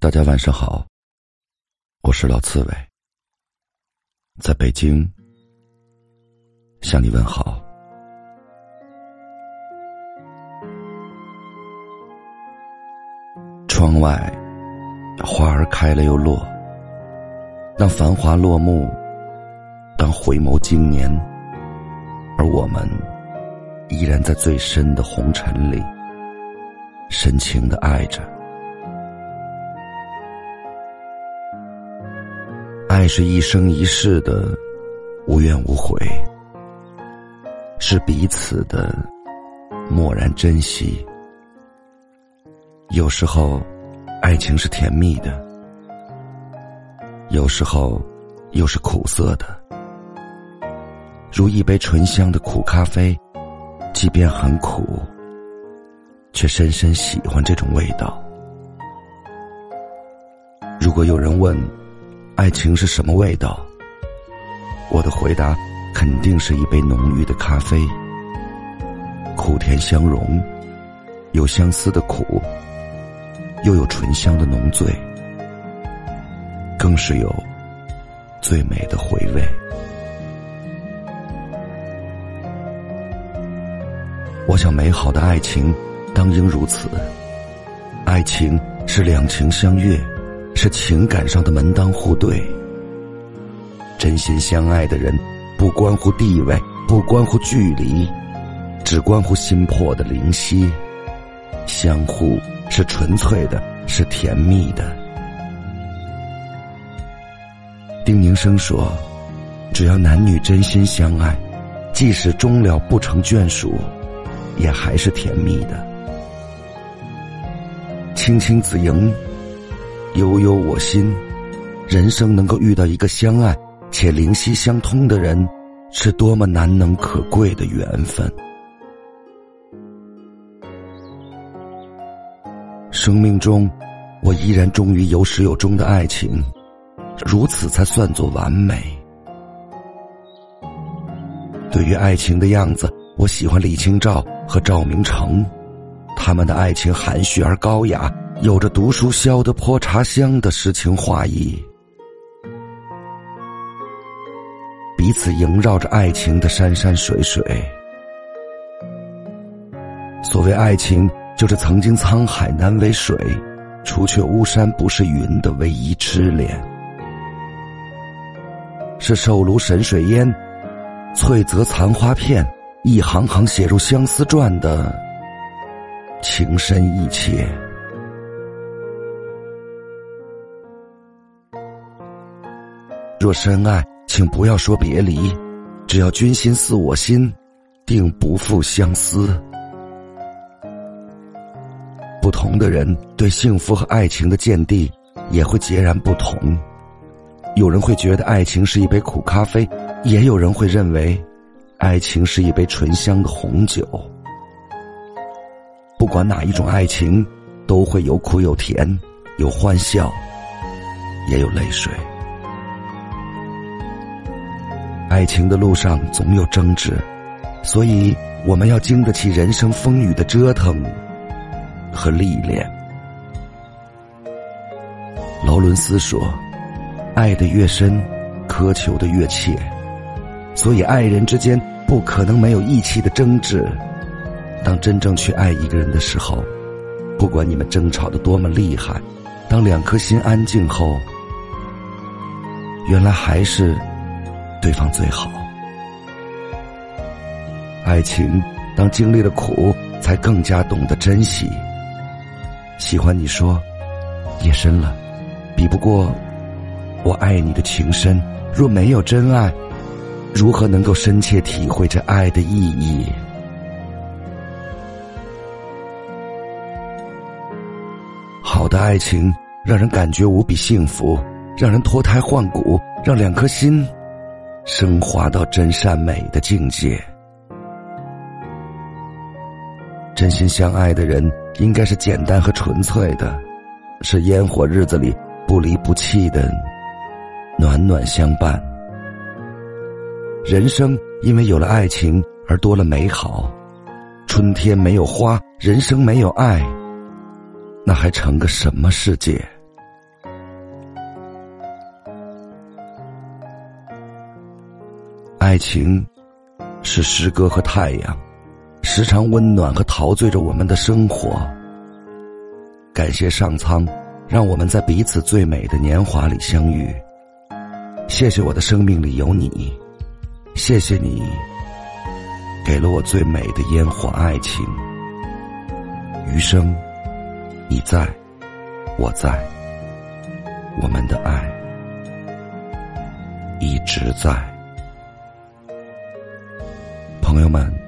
大家晚上好，我是老刺猬，在北京向你问好。窗外花儿开了又落，当繁华落幕，当回眸经年，而我们依然在最深的红尘里深情地爱着。爱是一生一世的无怨无悔，是彼此的默然珍惜。有时候爱情是甜蜜的，有时候又是苦涩的，如一杯醇香的苦咖啡，即便很苦，却深深喜欢这种味道。如果有人问爱情是什么味道，我的回答肯定是一杯浓郁的咖啡，苦甜相融，有相思的苦，又有醇香的浓醉，更是有最美的回味。我想美好的爱情当应如此，爱情是两情相悦，是情感上的门当户对。真心相爱的人，不关乎地位，不关乎距离，只关乎心魄的灵犀。相互是纯粹的，是甜蜜的。丁宁生说，只要男女真心相爱，即使终了不成眷属，也还是甜蜜的。青青子萦，悠悠我心，人生能够遇到一个相爱且灵犀相通的人，是多么难能可贵的缘分。生命中，我依然忠于有始有终的爱情，如此才算作完美。对于爱情的样子，我喜欢李清照和赵明诚，他们的爱情含蓄而高雅，有着读书消得泼茶香的诗情画意，彼此萦绕着爱情的山山水水。所谓爱情，就是曾经沧海难为水，除却巫山不是云的唯一痴恋，是手炉神水烟，翠泽残花片，一行行写入相思传的情深意切。若深爱，请不要说别离，只要君心似我心，定不负相思。不同的人对幸福和爱情的见地也会截然不同，有人会觉得爱情是一杯苦咖啡，也有人会认为爱情是一杯醇香的红酒。不管哪一种爱情，都会有苦有甜，有欢笑，也有泪水。爱情的路上总有争执，所以我们要经得起人生风雨的折腾和历练。劳伦斯说，爱得越深，苛求得越切，所以爱人之间不可能没有义气的争执。当真正去爱一个人的时候，不管你们争吵得多么厉害，当两颗心安静后，原来还是对方最好。爱情当经历了苦，才更加懂得珍惜。喜欢你说，夜深了，比不过我爱你的情深。若没有真爱，如何能够深切体会这爱的意义？好的爱情让人感觉无比幸福，让人脱胎换骨，让两颗心升华到真善美的境界。真心相爱的人应该是简单和纯粹的，是烟火日子里不离不弃的暖暖相伴。人生因为有了爱情而多了美好，春天没有花，人生没有爱，那还成个什么世界？ 爱情是诗歌和太阳，时常温暖和陶醉着我们的生活。感谢上苍，让我们在彼此最美的年华里相遇。谢谢我的生命里有你，谢谢你给了我最美的烟火爱情。余生你在，我在，我们的爱一直在。朋友们，